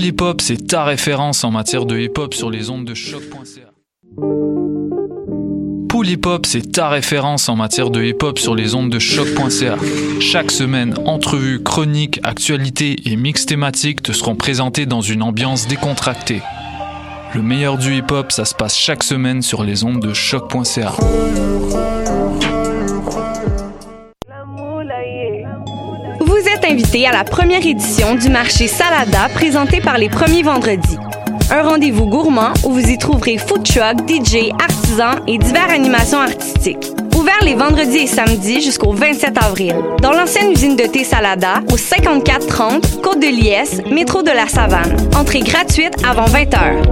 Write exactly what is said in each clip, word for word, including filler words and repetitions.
Pool Hip Hop, c'est ta référence en matière de hip hop sur les ondes de choc point c a. Pool Hip Hop, c'est ta référence en matière de hip hop sur les ondes de choc point c a. Chaque semaine, entrevues, chroniques, actualités et mix thématiques te seront présentés dans une ambiance décontractée. Le meilleur du hip hop, ça se passe chaque semaine sur les ondes de choc point c a. Vous êtes invité à la première édition du marché Salada présenté par les premiers vendredis. Un rendez-vous gourmand où vous y trouverez food truck, D J, artisans et diverses animations artistiques. Ouvert les vendredis et samedis jusqu'au vingt-sept avril. Dans l'ancienne usine de thé Salada, au cinquante-quatre trente, Côte de Liesse, métro de la Savane. Entrée gratuite avant vingt heures.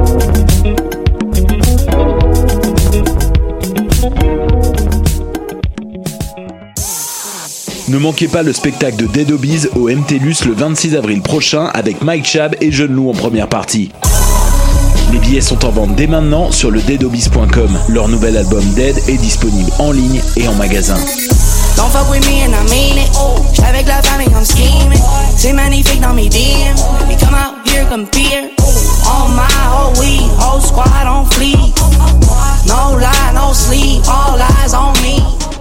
Ne manquez pas le spectacle de Dead Obies au M T L U S le vingt-six avril prochain avec Mike Chab et Jeune Loup en première partie. Les billets sont en vente dès maintenant sur le dead obies point com. Leur nouvel album Dead est disponible en ligne et en magasin. Don't fuck with me and I mean it. J'suis avec la famille, I'm scheming. C'est magnifique dans mes D M. We come out here, compete. On my whole weed, whole squad on fleek. No lie, no sleep, all eyes on me.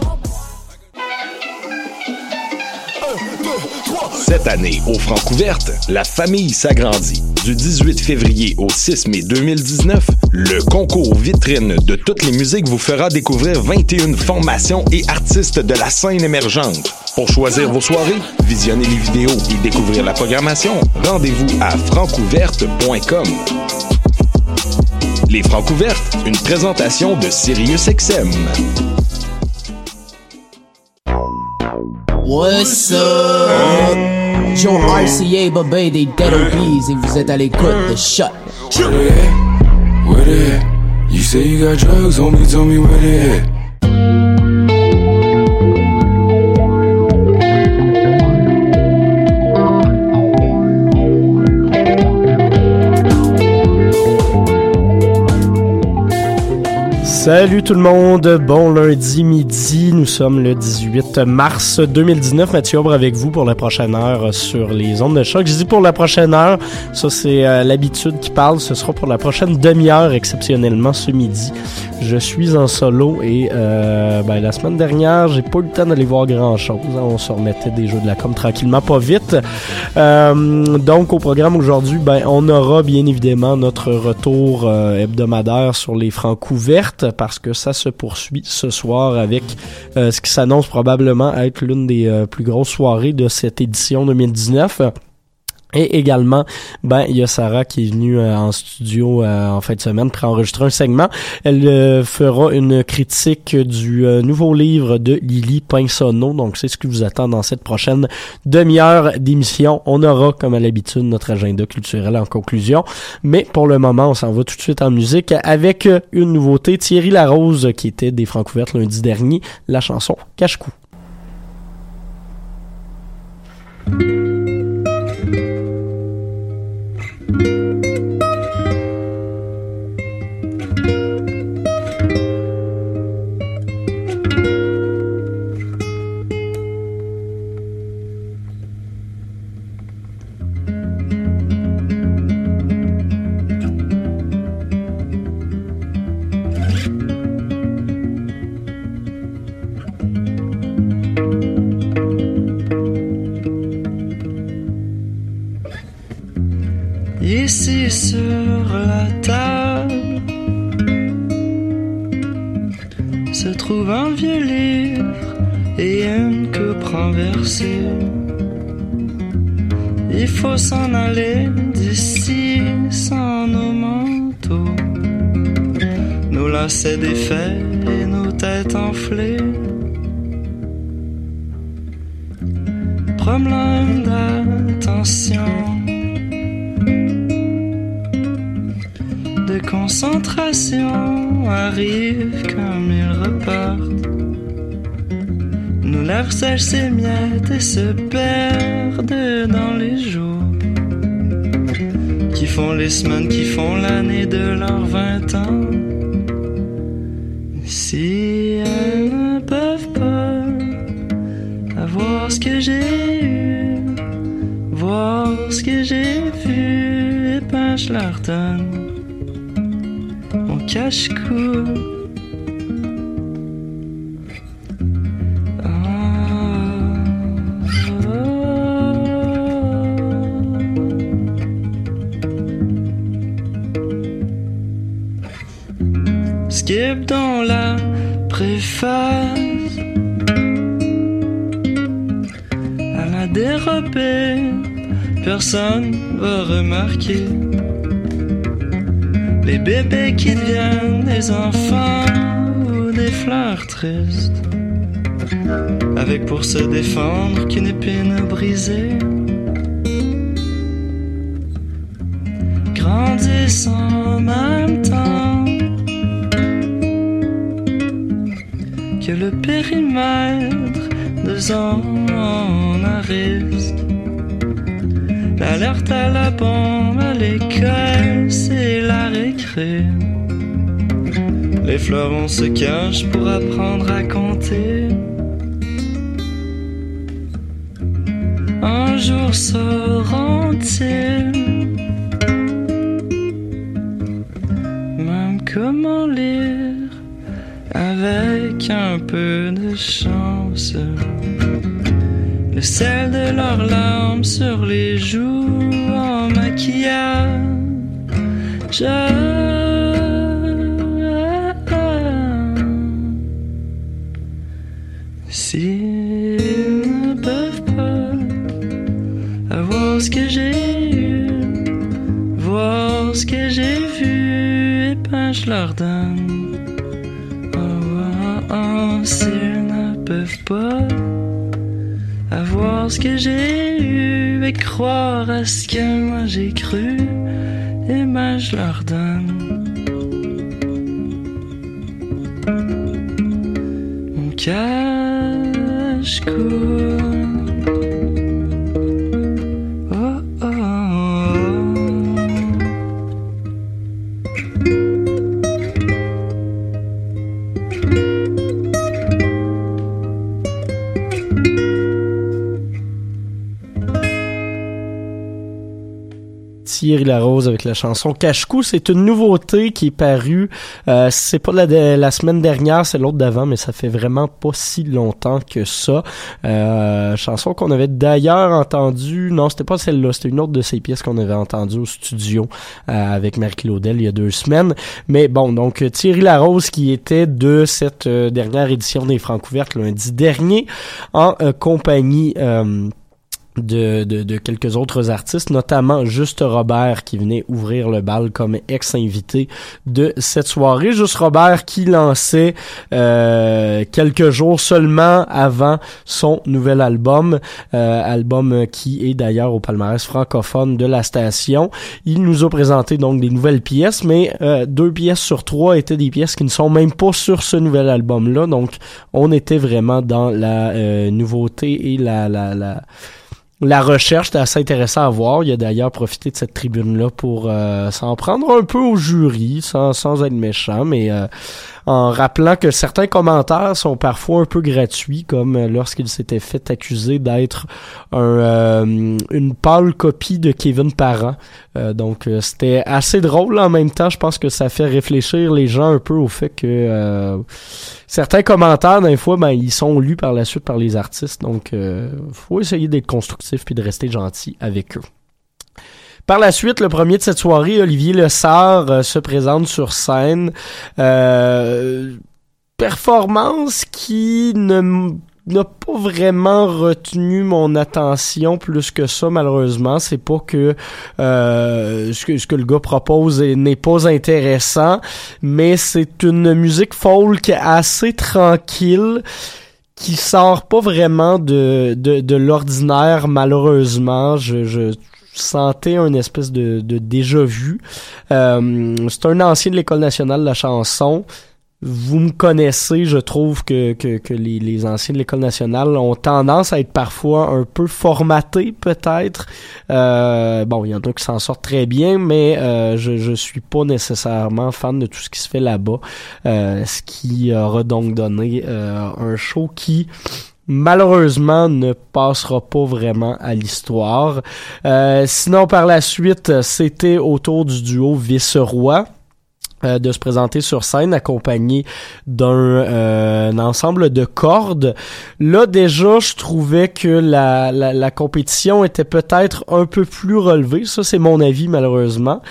Cette année, au Francouverte, la famille s'agrandit. Du dix-huit février au six mai deux mille dix-neuf, le concours vitrine de toutes les musiques vous fera découvrir vingt et une formations et artistes de la scène émergente. Pour choisir vos soirées, visionner les vidéos et découvrir la programmation, rendez-vous à francouverte point com. Les Francouvertes, une présentation de Sirius X M. What's up? Joe R C A, Bobé, des Dead Obies, et vous êtes à l'écoute de Shot. Where they at? Where they at? You say you got drugs, homie, tell me where they at. Salut tout le monde, bon lundi midi, nous sommes le dix-huit mars deux mille dix-neuf, Mathieu Aubre avec vous pour la prochaine heure sur les ondes de choc. Je dis pour la prochaine heure, ça c'est euh, l'habitude qui parle, ce sera pour la prochaine demi-heure exceptionnellement ce midi. Je suis en solo et euh, ben, la semaine dernière, j'ai pas eu le temps d'aller voir grand chose, on se remettait des jeux de la com tranquillement, pas vite. Euh, donc au programme aujourd'hui, ben, on aura bien évidemment notre retour euh, hebdomadaire sur les Francouvertes, parce que ça se poursuit ce soir avec euh, ce qui s'annonce probablement être l'une des euh, plus grosses soirées de cette édition deux mille dix-neuf. Et également, ben il y a Sarah qui est venue euh, en studio euh, en fin de semaine pour enregistrer un segment. Elle euh, fera une critique du euh, nouveau livre de Lily Pinsonneau. Donc c'est ce qui vous attend dans cette prochaine demi-heure d'émission. On aura comme à l'habitude notre agenda culturel en conclusion. Mais pour le moment, on s'en va tout de suite en musique avec une nouveauté. Thierry Larose qui était des Francouvertes lundi dernier, la chanson Cache-Cou. Ici sur la table se trouve un vieux livre et une coupe renversée. Il faut s'en aller d'ici sans nos manteaux, nos lacets défaits et nos têtes enflées. Problème d'attention, de concentration arrive comme ils repartent. Nos lèvres sèchent ses miettes et se perdent dans les jours qui font les semaines, qui font l'année de leurs vingt ans. Si elles ne peuvent pas avoir ce que j'ai eu, voir ce que j'ai vu et je leur donne mon cache-cou. Skip dans la préface à la dérobée, personne va remarquer les bébés qui deviennent des enfants ou des fleurs tristes, avec pour se défendre qu'une épine brisée. Grandissent en même temps que le périmètre de zone à risque. L'alerte à la bombe à l'école, c'est la récré. Les fleurons se cachent pour apprendre à compter. Un jour sauront-ils même comment lire avec un peu de chance le sel de leurs larmes sur les joues en maquillage. S'ils ne peuvent pas avoir ce que j'ai eu, voir ce que j'ai vu, et ben je leur donne. Oh, oh, oh, s'ils ne peuvent pas avoir ce que j'ai eu et croire à ce que moi j'ai cru, et ben je leur donne mon cache-cou. Oh, oh, oh. Thierry Larose avec la chanson Cache-Cou. C'est une nouveauté qui est parue, euh, c'est pas la, de, la semaine dernière, c'est l'autre d'avant, mais ça fait vraiment pas si longtemps que ça. Euh, chanson qu'on avait d'ailleurs entendue, non, c'était pas celle-là, c'était une autre de ces pièces qu'on avait entendues au studio euh, avec Marie-Claudel il y a deux semaines. Mais bon, donc Thierry Larose qui était de cette euh, dernière édition des Francouvertes lundi dernier en euh, compagnie euh, De, de, de quelques autres artistes, notamment Juste Robert qui venait ouvrir le bal comme ex-invité de cette soirée. Juste Robert qui lançait euh, quelques jours seulement avant son nouvel album, euh, album qui est d'ailleurs au palmarès francophone de la station. Il nous a présenté donc des nouvelles pièces, mais euh, deux pièces sur trois étaient des pièces qui ne sont même pas sur ce nouvel album-là, donc on était vraiment dans la euh, nouveauté et la... la, la La recherche, c'était assez intéressant à voir. Il a d'ailleurs profité de cette tribune-là pour euh, s'en prendre un peu au jury, sans, sans être méchant, mais euh, en rappelant que certains commentaires sont parfois un peu gratuits, comme lorsqu'il s'était fait accuser d'être un, euh, une pâle copie de Kevin Parent. Euh, donc, euh, c'était assez drôle. En même temps, je pense que ça fait réfléchir les gens un peu au fait que euh, certains commentaires, des fois, ben ils sont lus par la suite par les artistes. Donc, euh, faut essayer d'être constructif puis de rester gentil avec eux. Par la suite, le premier de cette soirée, Olivier Lessard, euh, se présente sur scène. Euh, performance qui ne n'a pas vraiment retenu mon attention plus que ça, malheureusement. C'est pas que euh, ce que ce que le gars propose n'est pas intéressant, mais c'est une musique folk assez tranquille qui sort pas vraiment de de, de l'ordinaire, malheureusement. Je je sentais une espèce de, de déjà-vu. Euh, c'est un ancien de l'École nationale de la chanson. Vous me connaissez, je trouve que que, que les, les anciens de l'École nationale ont tendance à être parfois un peu formatés, peut-être. Euh, bon, il y en a qui s'en sortent très bien, mais euh, je je suis pas nécessairement fan de tout ce qui se fait là-bas. Euh, ce qui aura donc donné euh, un show qui malheureusement ne passera pas vraiment à l'histoire. Euh, sinon, par la suite, c'était au tour du duo Vice-Roi Euh, de se présenter sur scène accompagné d'un euh, un ensemble de cordes. Là, déjà, je trouvais que la, la, la compétition était peut-être un peu plus relevée. Ça, c'est mon avis, malheureusement.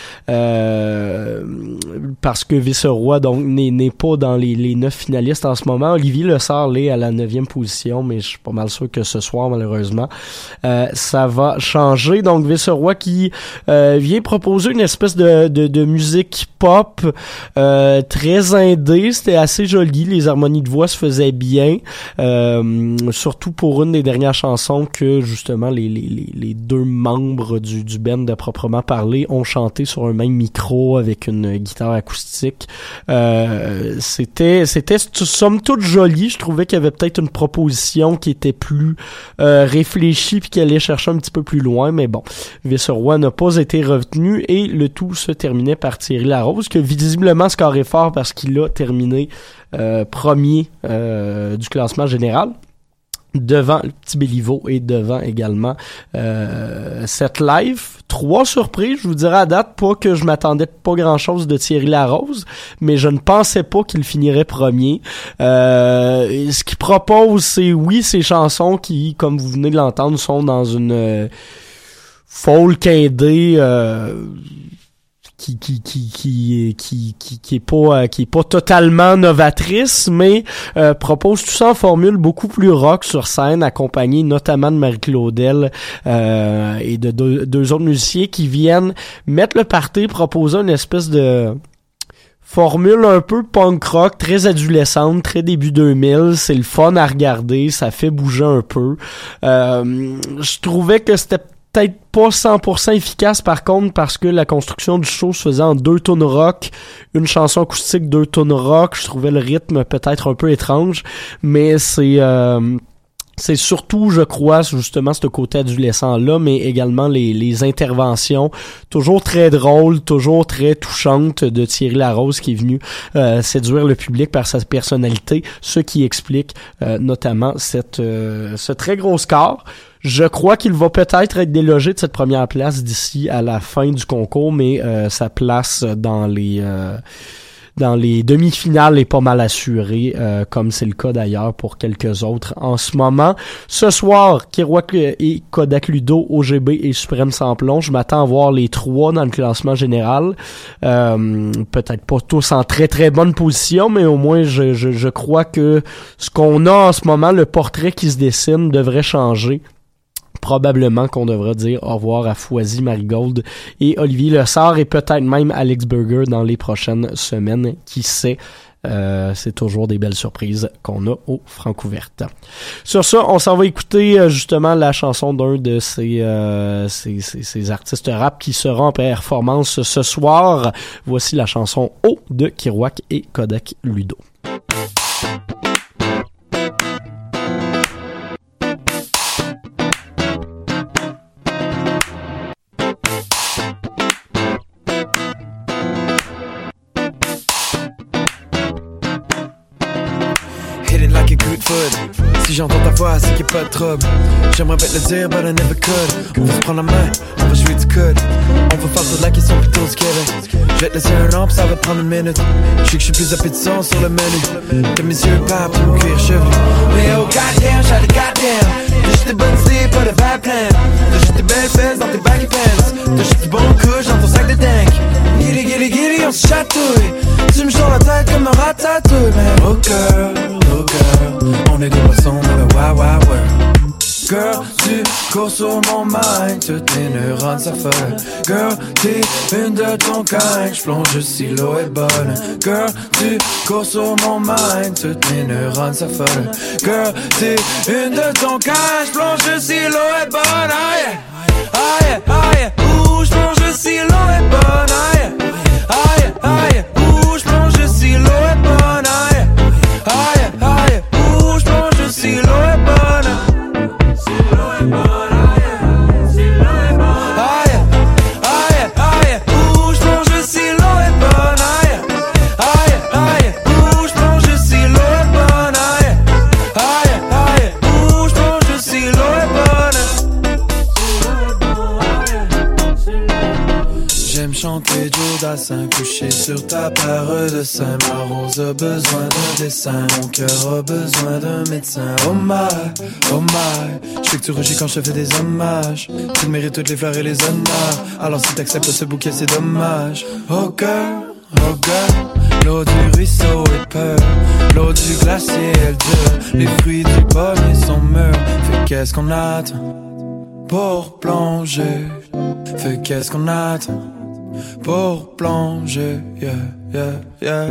Euh, parce que Vice-Roi, donc, n'est, n'est pas dans les, les neuf finalistes en ce moment. Olivier Lessard l'est à la neuvième position, mais je suis pas mal sûr que ce soir, malheureusement, euh, ça va changer. Donc, Vice-Roi qui euh, vient proposer une espèce de, de, de musique pop Euh, très indé, c'était assez joli, les harmonies de voix se faisaient bien, euh, surtout pour une des dernières chansons que justement les les les, les deux membres du du band de proprement parler ont chanté sur un même micro avec une guitare acoustique. Euh, c'était c'était somme toute joli. Je trouvais qu'il y avait peut-être une proposition qui était plus euh, réfléchie puis qui allait chercher un petit peu plus loin, mais bon, Vice-Roi n'a pas été retenu et le tout se terminait par Thierry Larose que visiblement scoré fort parce qu'il a terminé euh, premier euh, du classement général devant le petit Béliveau et devant également euh, cette live. Trois surprises, je vous dirais à date, pas que je m'attendais pas grand-chose de Thierry Larose, mais je ne pensais pas qu'il finirait premier. Euh, ce qu'il propose, c'est oui, ces chansons qui, comme vous venez de l'entendre, sont dans une euh, folk indé euh, qui qui qui qui qui qui qui est pas qui est pas totalement novatrice, mais euh, propose tout ça en formule beaucoup plus rock sur scène, accompagné notamment de Marie-Claudel euh, et de deux, deux autres musiciens qui viennent mettre le party, proposer une espèce de formule un peu punk rock, très adolescente, très début deux mille, c'est le fun à regarder, ça fait bouger un peu. Euh, je trouvais que c'était peut-être pas cent pour cent efficace par contre parce que la construction du show se faisait en deux tunes rock, une chanson acoustique, deux tunes rock. Je trouvais le rythme peut-être un peu étrange, mais c'est euh, c'est surtout, je crois, justement ce côté adolescent-là, mais également les, les interventions toujours très drôles, toujours très touchantes de Thierry Larose qui est venu euh, séduire le public par sa personnalité, ce qui explique euh, notamment cette euh, ce très gros score. Je crois qu'il va peut-être être délogé de cette première place d'ici à la fin du concours, mais euh, sa place dans les euh, dans les demi-finales est pas mal assurée, euh, comme c'est le cas d'ailleurs pour quelques autres en ce moment. Ce soir, Kerouac et Kodak Ludo, O G B et Suprême Samplon. Je m'attends à voir les trois dans le classement général. Euh, peut-être pas tous en très très bonne position, mais au moins je, je, je crois que ce qu'on a en ce moment, le portrait qui se dessine, devrait changer. Probablement qu'on devra dire au revoir à Foisy Marigold et Olivier Lessard et peut-être même Alex Burger dans les prochaines semaines. Qui sait? Euh, c'est toujours des belles surprises qu'on a au Francouverte. Sur ça, on s'en va écouter euh, justement la chanson d'un de ces, euh, ces, ces, ces artistes rap qui sera en performance ce soir. Voici la chanson O de Kerouac et Kodak Ludo. Si j'entends ta voix, c'est qu'il n'y a pas de trouble. J'aimerais bien te le dire, but I never could. On va se prendre la main, on va jouer du code. On va faire toute la question plutôt du Québec. Je vais te laisser un an, pis ça va te prendre une minute. Je sais que je suis plus appétissant sur le menu que mes yeux papes ou mon cuir chevelu. Mais oh goddamn, shout out goddamn. T'as juste des bonnes idées, pas de bad plan. T'as juste des belles fesses dans tes baggy pants. T'as juste du bon couche dans ton sac de tank. Giddy, giddy, giddy, on se chatouille. Tu me chantes la tête comme un ratatouille. Mais oh girl, oh girl, on est des poissons dans le wild wild world. Girl, tu cours sur mon mind, toutes tes neurones s'affolent. Girl, t'es une de ton kind, j'plonge si l'eau est bonne. Girl, tu cours sur mon mind, toutes tes neurones s'affolent. Girl, t'es une de ton kind, j'plonge si l'eau est bonne. Ah yeah, ah yeah, ah yeah, ouh, j'plonge si l'eau est bonne. Ah yeah, ah yeah, ah yeah, ouh, j'plonge si l'eau est bonne. Ah yeah, ah yeah, ah yeah, ouh, j'plonge si l'eau est bonne. bassin, couché sur ta paire de seins. Ma rose a besoin d'un dessin, mon cœur a besoin d'un médecin. Oh my, oh my, je sais que tu rougis quand je te fais des hommages. Tu mérites toutes les fleurs et les honneurs, alors si t'acceptes ce bouquet c'est dommage. Oh girl, oh girl, l'eau du ruisseau est peur, l'eau du glacier elle dure, les fruits du pommier sont mûrs. Fait qu'est-ce qu'on attend pour plonger? Fait qu'est-ce qu'on attend pour plonger? Yeah, yeah, yeah.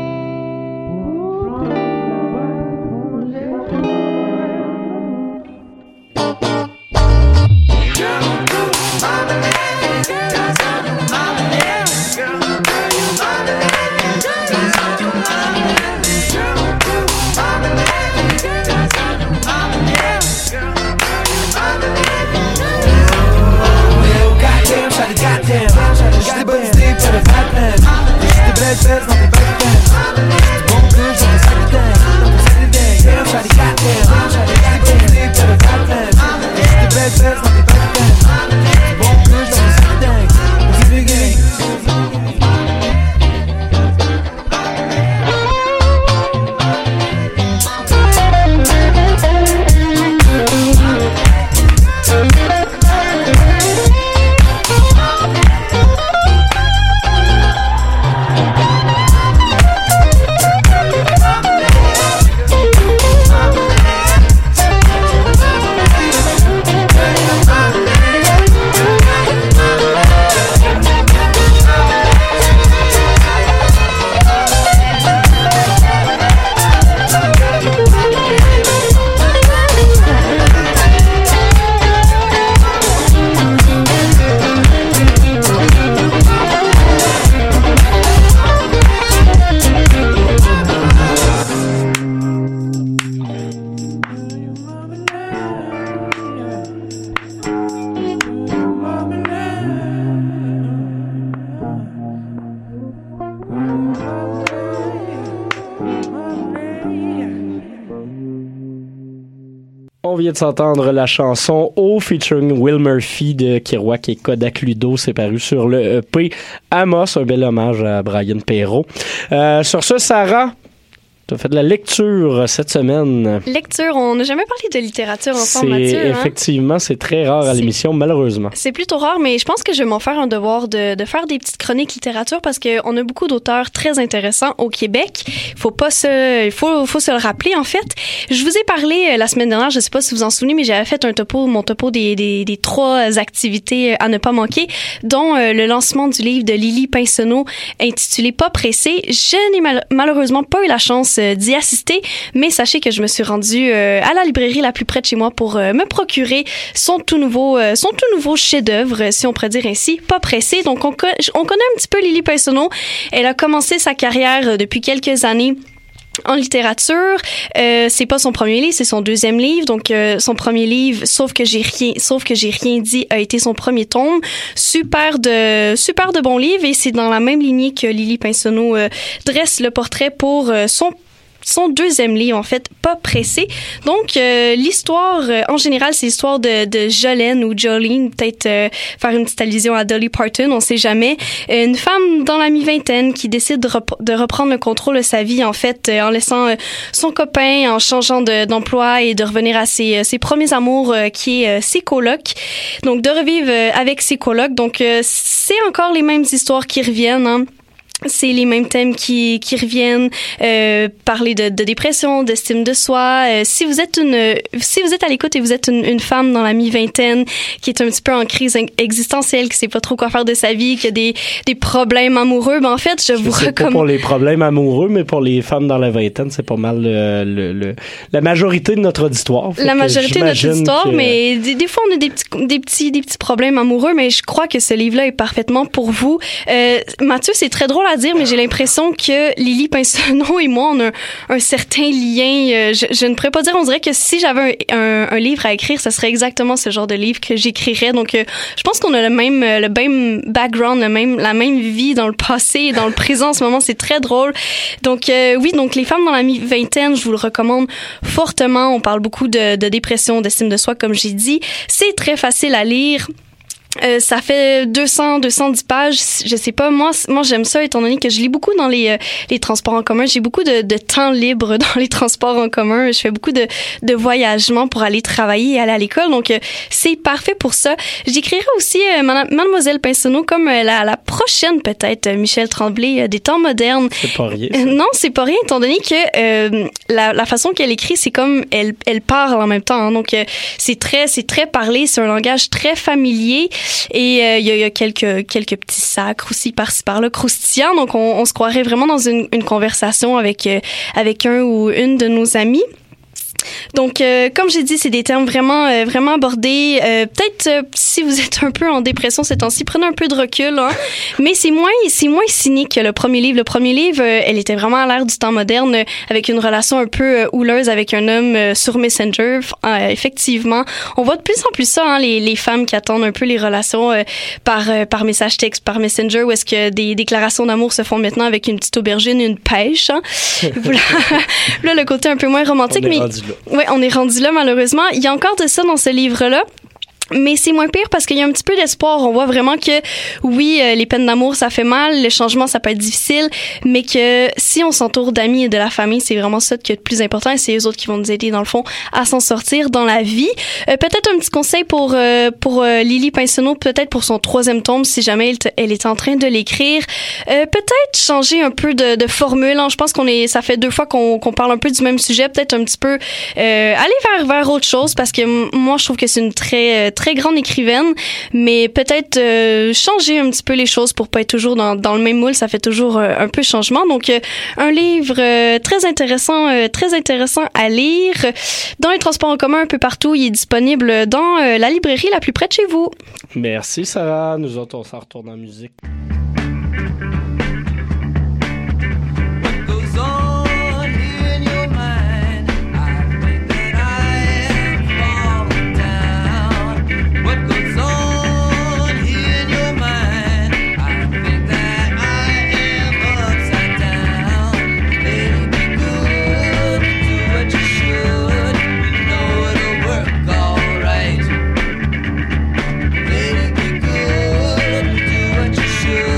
Feds dans tes backpacks, du bon plus dans tes sacs de dingue. C'est des dingues, damn, shawty goddamn. Shawty goddamn, t'es le backpacks, des belles feds dans tes backpacks, du bon plus dans tes sacs de dingue. C'est big gang. On vient de s'entendre la chanson O featuring Will Murphy de Kerouac et Kodak Ludo. C'est paru sur le E P Amos, un bel hommage à Brian Perrault. Euh, sur ce, Sarah, tu as fait de la lecture cette semaine. Lecture, on n'a jamais parlé de littérature ensemble, c'est, Mathieu. Effectivement, hein? C'est très rare à c'est, l'émission, malheureusement. C'est plutôt rare, mais je pense que je vais m'en faire un devoir de, de faire des petites chroniques littérature parce qu'on a beaucoup d'auteurs très intéressants au Québec. Il faut pas se, il faut, faut se le rappeler, en fait. Je vous ai parlé la semaine dernière, je sais pas si vous vous en souvenez, mais j'avais fait un topo, mon topo des, des, des trois activités à ne pas manquer, dont euh, le lancement du livre de Lily Pinsonneau intitulé Pas pressé. Je n'ai mal, malheureusement pas eu la chance euh, d'y assister, mais sachez que je me suis rendue euh, à la librairie la plus près de chez moi pour euh, me procurer son tout nouveau, euh, son tout nouveau chef-d'œuvre, si on pourrait dire ainsi, Pas pressé. Donc on, co- on connaît un petit peu Lily Pinsonneau. Elle a commencé sa carrière euh, depuis quelques années en littérature. Euh, c'est pas son premier livre, c'est son deuxième livre. Donc euh, son premier livre, sauf que j'ai rien, sauf que j'ai rien dit, a été son premier tome. Super de super de bon livre, et c'est dans la même lignée que Lily Pinsonneau euh, dresse le portrait pour euh, son son deuxième livre, en fait, Pas pressé. Donc, euh, l'histoire, euh, en général, c'est l'histoire de, de Jolene ou Jolene, peut-être euh, faire une petite allusion à Dolly Parton, on sait jamais. Une femme dans la mi-vingtaine qui décide de, rep- de reprendre le contrôle de sa vie, en fait, euh, en laissant euh, son copain, en changeant de, d'emploi et de revenir à ses, ses premiers amours, euh, qui est euh, ses colocs. Donc, de revivre euh, avec ses colocs. Donc, euh, c'est encore les mêmes histoires qui reviennent, hein. C'est les mêmes thèmes qui, qui reviennent, euh, parler de, de dépression, d'estime de soi. Euh, si vous êtes une, si vous êtes à l'écoute et vous êtes une, une femme dans la mi-vingtaine qui est un petit peu en crise existentielle, qui sait pas trop quoi faire de sa vie, qui a des, des problèmes amoureux, ben en fait, je, je vous recommande. Pas pour les problèmes amoureux, mais pour les femmes dans la vingtaine, c'est pas mal le, le, le, la majorité de notre auditoire. La majorité de notre histoire, que... mais des, des fois on a des petits, des petits, des petits problèmes amoureux, mais je crois que ce livre-là est parfaitement pour vous. Euh, Mathieu, c'est très drôle à dire, mais j'ai l'impression que Lily Pinsonneau et moi, on a un, un certain lien. Euh, je, je ne pourrais pas dire, on dirait que si j'avais un, un, un livre à écrire, ce serait exactement ce genre de livre que j'écrirais. Donc, euh, je pense qu'on a le même, le même background, le même, la même vie dans le passé et dans le présent en ce moment. C'est très drôle. Donc, euh, oui, donc les femmes dans la mi-vingtaine, je vous le recommande fortement. On parle beaucoup de, de dépression, d'estime de soi, comme j'ai dit. C'est très facile à lire. Euh, ça fait deux cents, deux cent dix pages. Je sais pas, moi, moi j'aime ça étant donné que je lis beaucoup dans les, euh, les transports en commun. J'ai beaucoup de, de temps libre dans les transports en commun. Je fais beaucoup de, de voyagements pour aller travailler et aller à l'école. Donc, euh, c'est parfait pour ça. J'écrirai aussi euh, Mademoiselle Pinsonneau comme euh, la, la prochaine, peut-être, euh, Michel Tremblay, euh, des temps modernes. C'est pas rien. Euh, non, c'est pas rien étant donné que euh, la, la façon qu'elle écrit, c'est comme elle, elle parle en même temps. Hein. Donc, euh, c'est très, c'est très parlé. C'est un langage très familier. Et il euh, y, y a quelques quelques petits sacres aussi par-ci par-là croustillants, donc on, on se croirait vraiment dans une, une conversation avec euh, avec un ou une de nos amis. Donc, euh, comme j'ai dit, c'est des termes vraiment, euh, vraiment abordés. Euh, peut-être euh, si vous êtes un peu en dépression ces temps-ci, prenez un peu de recul. Hein. Mais c'est moins, c'est moins cynique que le premier livre. Le premier livre, euh, elle était vraiment à l'ère du temps moderne, euh, avec une relation un peu euh, houleuse avec un homme euh, sur Messenger. Euh, effectivement, on voit de plus en plus ça, hein, les, les femmes qui attendent un peu les relations euh, par euh, par message texte, par Messenger, où est-ce que des déclarations d'amour se font maintenant avec une petite aubergine, une pêche. Hein. Voilà. Là, le côté un peu moins romantique, mais ouais, on est rendu là, malheureusement. Il y a encore de ça dans ce livre-là. Mais c'est moins pire parce qu'il y a un petit peu d'espoir. On voit vraiment que, oui, euh, les peines d'amour, ça fait mal, le changement, ça peut être difficile, mais que si on s'entoure d'amis et de la famille, c'est vraiment ça qui est le plus important et c'est eux autres qui vont nous aider, dans le fond, à s'en sortir dans la vie. Euh, peut-être un petit conseil pour euh, pour euh, Lily Pinsonneau, peut-être pour son troisième tome, si jamais elle, t- elle est en train de l'écrire. Euh, peut-être changer un peu de, de formule. Hein. Je pense qu'on est, ça fait deux fois qu'on, qu'on parle un peu du même sujet. Peut-être un petit peu euh, aller vers, vers autre chose parce que m- moi, je trouve que c'est une très très grande écrivaine, mais peut-être euh, changer un petit peu les choses pour pas être toujours dans, dans le même moule, ça fait toujours euh, un peu changement. Donc, euh, un livre euh, très intéressant, euh, très intéressant à lire. Dans les transports en commun un peu partout, il est disponible dans euh, la librairie la plus près de chez vous. Merci Sarah, nous autres on s'en retourne en musique. Should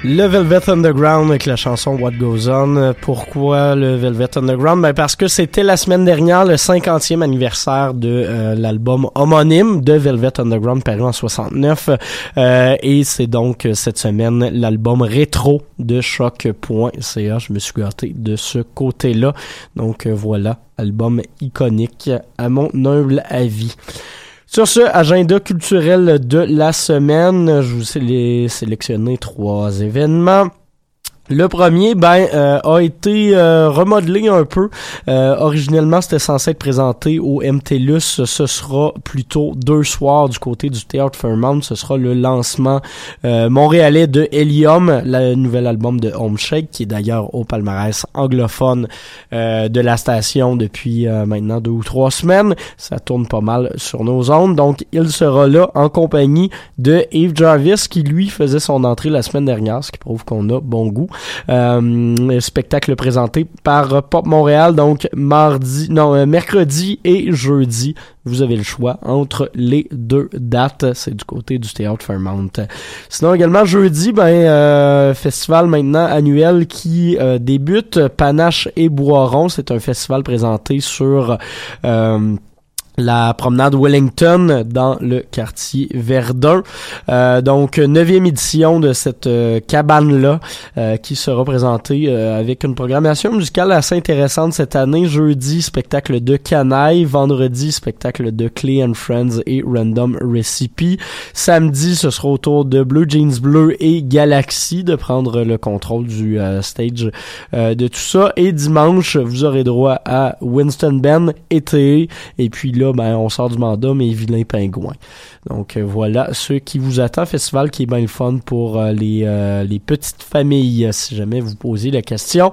Le Velvet Underground avec la chanson What Goes On. Pourquoi le Velvet Underground? Ben parce que c'était la semaine dernière le cinquantième anniversaire de euh, l'album homonyme de Velvet Underground paru en soixante-neuf euh, et c'est donc cette semaine l'album rétro de choc point c a. Je me suis gâté de ce côté-là. Donc euh, voilà, album iconique à mon humble avis. Sur ce, agenda culturel de la semaine, je vous ai sélectionné trois événements. Le premier, ben, euh, a été euh, remodelé un peu. Euh, originellement, c'était censé être présenté au M T L U S. Ce sera plutôt deux soirs du côté du Théâtre Fairmount. Ce sera le lancement euh, montréalais de Helium, le nouvel album de Home Shake, qui est d'ailleurs au palmarès anglophone euh, de la station depuis euh, maintenant deux ou trois semaines. Ça tourne pas mal sur nos ondes. Donc, il sera là en compagnie de Yves Jarvis, qui lui faisait son entrée la semaine dernière, ce qui prouve qu'on a bon goût. Euh, spectacle présenté par Pop Montréal, donc mardi, non, euh, mercredi et jeudi. Vous avez le choix entre les deux dates. C'est du côté du Théâtre Fairmount. Sinon également jeudi, ben euh, festival maintenant annuel qui euh, débute, Panache et Boiron. C'est un festival présenté sur euh, la promenade Wellington dans le quartier Verdun. Euh, donc, neuvième édition de cette euh, cabane-là euh, qui sera présentée euh, avec une programmation musicale assez intéressante cette année. Jeudi, spectacle de Canaille. Vendredi, spectacle de Clay and Friends et Random Recipe. Samedi, ce sera au tour de Blue Jeans Bleu et Galaxy de prendre le contrôle du euh, stage euh, de tout ça. Et dimanche, vous aurez droit à Winston Ben, Été, et puis là, ben, on sort du mandat, mais Vilain Pingouin. Donc, euh, voilà ce qui vous attend. Festival qui est bien le fun pour euh, les, euh, les petites familles, si jamais vous posez la question.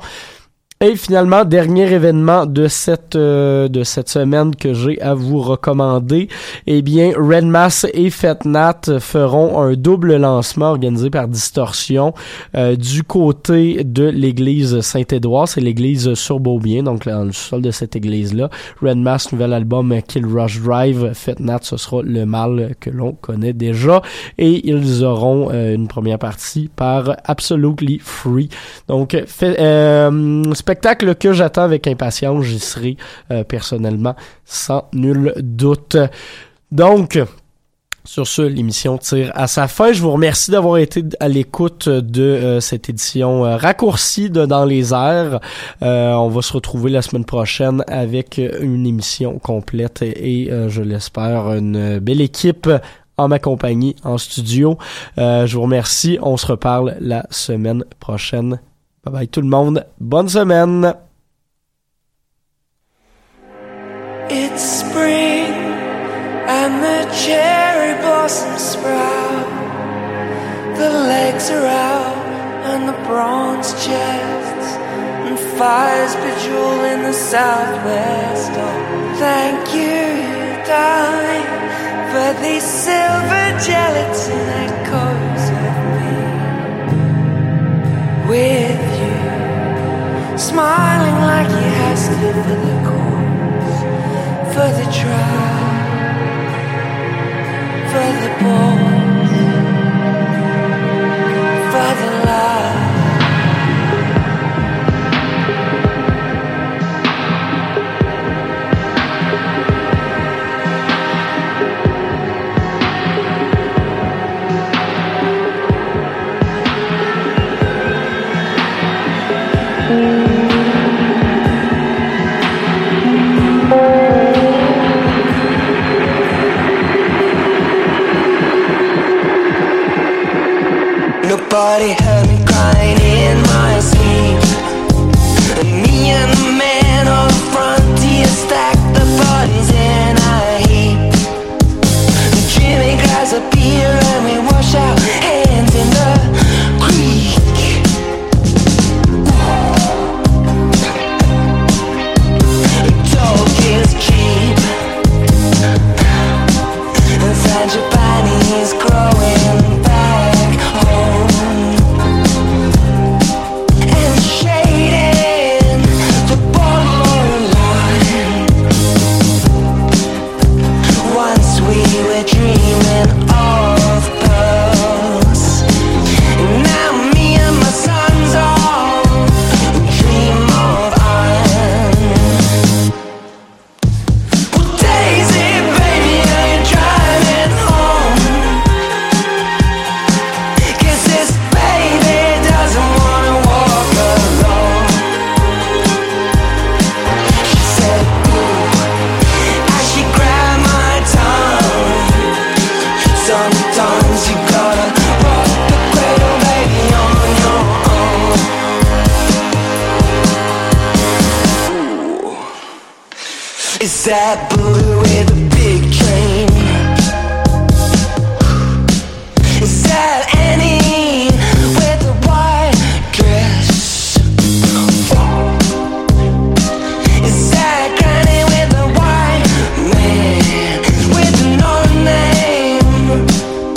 Et finalement, dernier événement de cette euh, de cette semaine que j'ai à vous recommander, eh bien, Red Mass et Fetnat feront un double lancement organisé par Distorsion euh, du côté de l'église Saint-Édouard. C'est l'église sur Beaubien, donc dans le sol de cette église-là. Red Mass, nouvel album Kill Rush Drive. Fetnat, ce sera le mal que l'on connaît déjà. Et ils auront euh, une première partie par Absolutely Free. Donc, fait, euh, spectacle que j'attends avec impatience, j'y serai euh, personnellement sans nul doute. Donc, sur ce, l'émission tire à sa fin. Je vous remercie d'avoir été à l'écoute de euh, cette édition euh, raccourcie de Dans les airs. Euh, on va se retrouver la semaine prochaine avec une émission complète et, et euh, je l'espère, une belle équipe en ma compagnie en studio. Euh, je vous remercie. On se reparle la semaine prochaine. Bye bye tout le monde. Bonne semaine. It's spring and the cherry blossoms sprout. The legs are out and the bronze chests and fires bejewel in the southwest. Oh, thank you, darling, for these silver gelatin echoes of me. With you, smiling like you asked me for the course, for the trial, for the balls, for the lies. Nobody heard me crying in my sleep. Me and the man on the frontier stacked the bodies in a heap. Jimmy grabs a beer and we wash our hands in the creek. Is that booty with a big train? Is that Annie with the white dress? Is that Granny with the white man with no name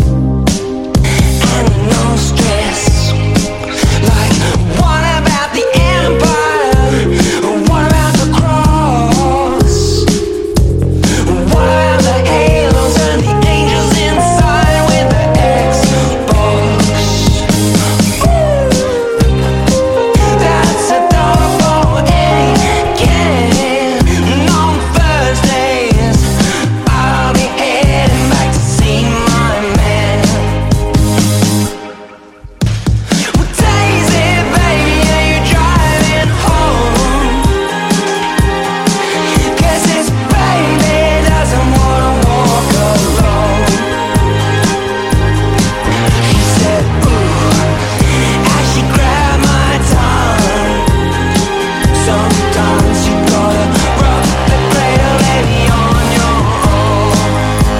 and no stress? Like, what about the empire? What about the cross? What about the halos and the angels inside with the Xbox? That's a thought for any kid. And on Thursdays, I'll be heading back to see my man. Well, Daisy, baby, are you driving home? 'Cause his baby doesn't wanna walk alone. He said, ooh, as she grabbed my tongue. Sometimes you gotta rock the cradle, baby, on your own.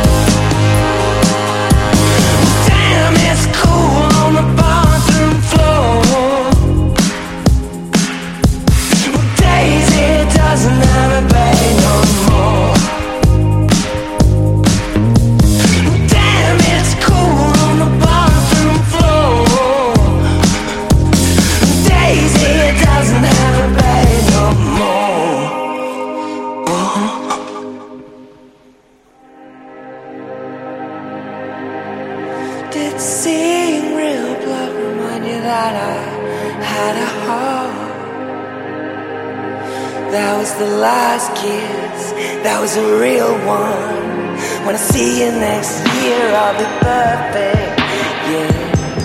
Damn, it's cool on the bathroom floor. Well, Daisy doesn't have a bed no more. Damn, it's cool on the bathroom floor. Daisy doesn't have a bed no more. Did seeing real blood remind you that I had a heart? That was the last kiss, that was a real one. When I see you next year, I'll be perfect, yeah.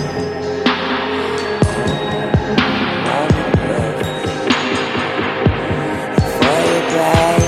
I'll be perfect for you, babe.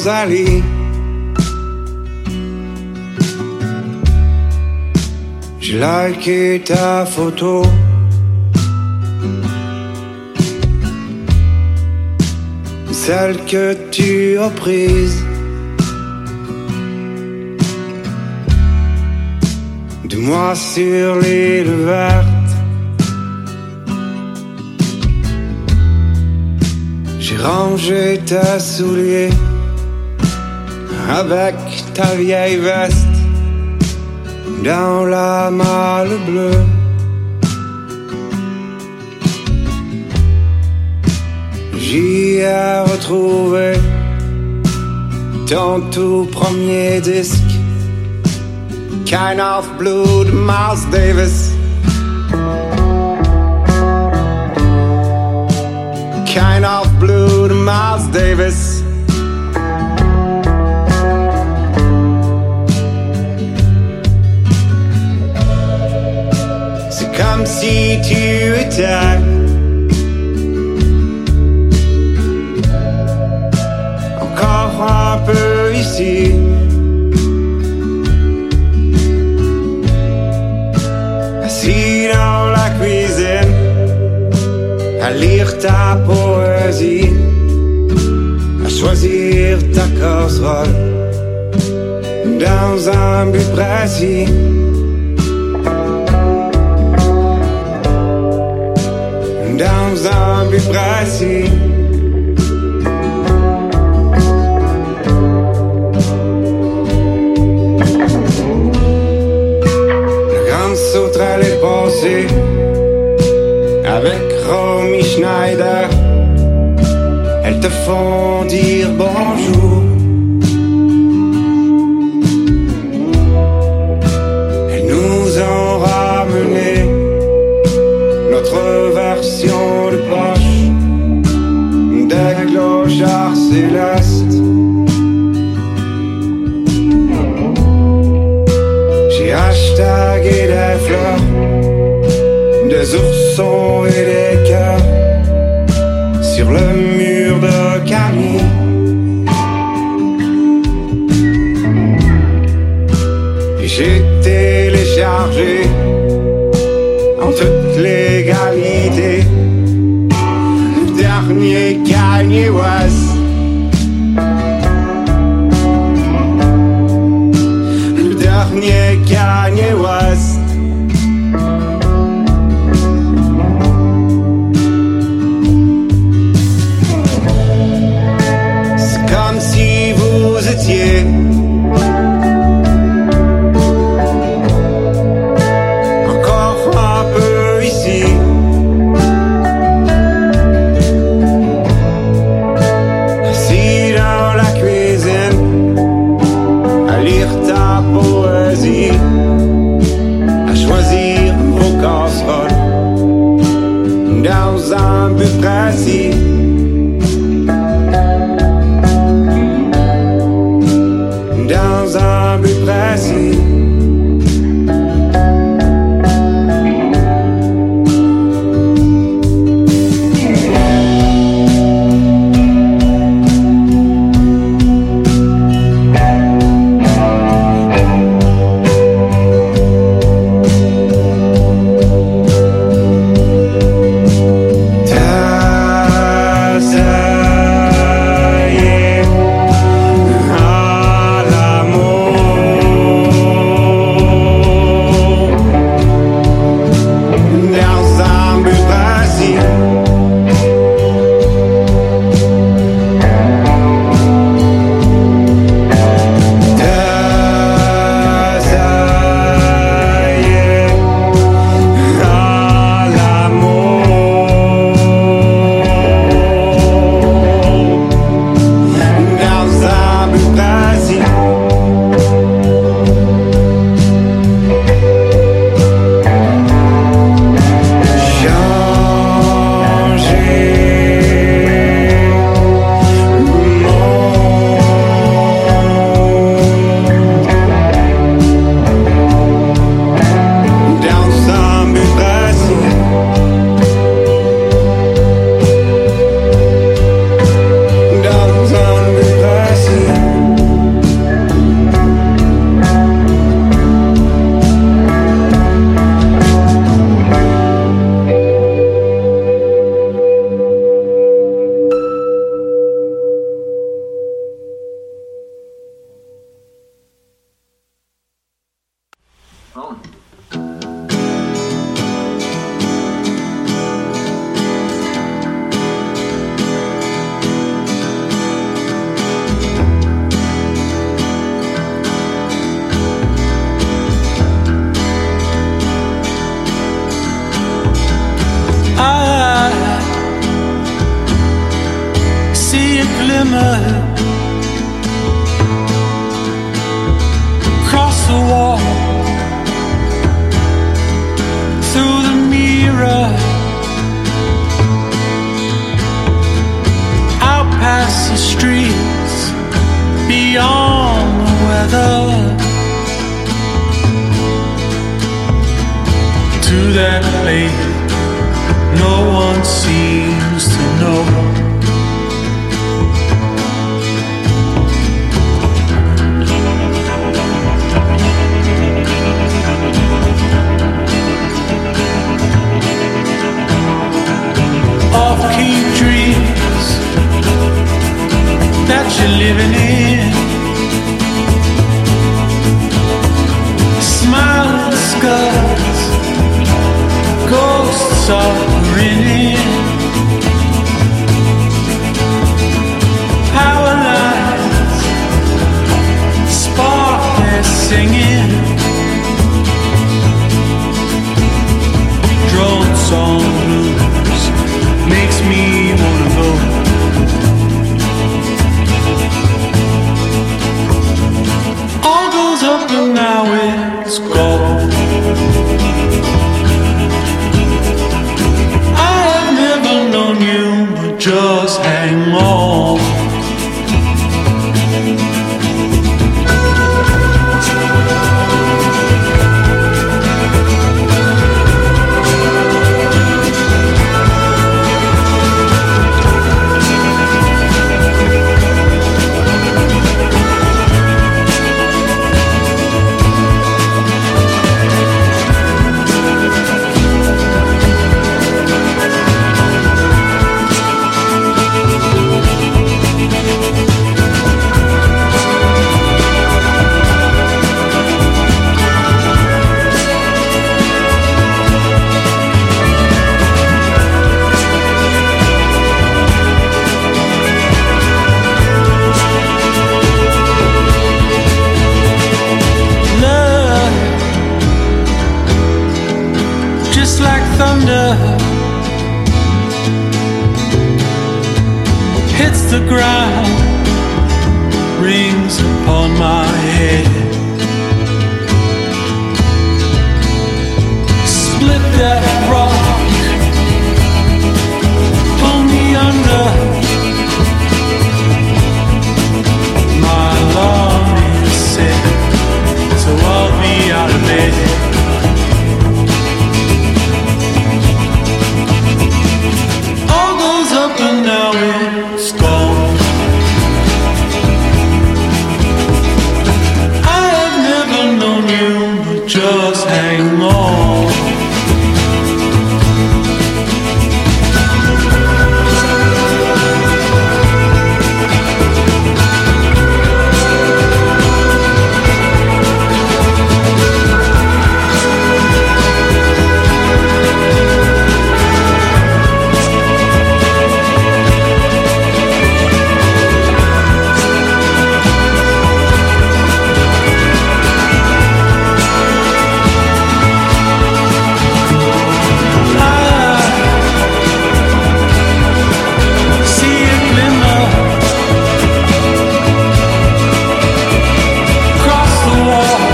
Rosalie. J'ai liké ta photo. Celle que tu as prise de moi sur l'île verte. J'ai rangé tes souliers avec ta vieille veste dans la malle bleue. J'y ai retrouvé ton tout premier disque, Kind of Blue de Miles Davis. Kind of Blue de Miles Davis. C'est comme si tu étais encore un peu ici. Assis dans la cuisine à lire ta poésie, à choisir ta casserole dans un but précis. Dans un but précis. Sauterelle est passée avec Romy Schneider. Elles te font dire bonjour. Elles nous ont ramené notre version de poche des clochards célestes. J'ai hashtagé des fleurs, des oursons et des cœurs sur le mur de Camille. Et j'ai téléchargé en toute légalité le dernier Kanye West. Le dernier Kanye West. C'est comme si vous étiez encore un peu ici. Assis dans la cuisine à lire ta poésie, à choisir vos casseroles dans un but précis. Dans un but précis. À l'amour. Across the wall, through the mirror, out past the streets, beyond the weather, to that place no one seems to know. Off-key dreams that you're living in, smiling scars, ghosts are grinning, power lines spark their singing, drone song blues makes me wanna go. All goes up and now it's gone. I have never known you, but just hang on. The ground rings upon my head. Split that rock, pull me under. My alarm is set, so I'll be out of bed. All goes up and now it's gone. Just hang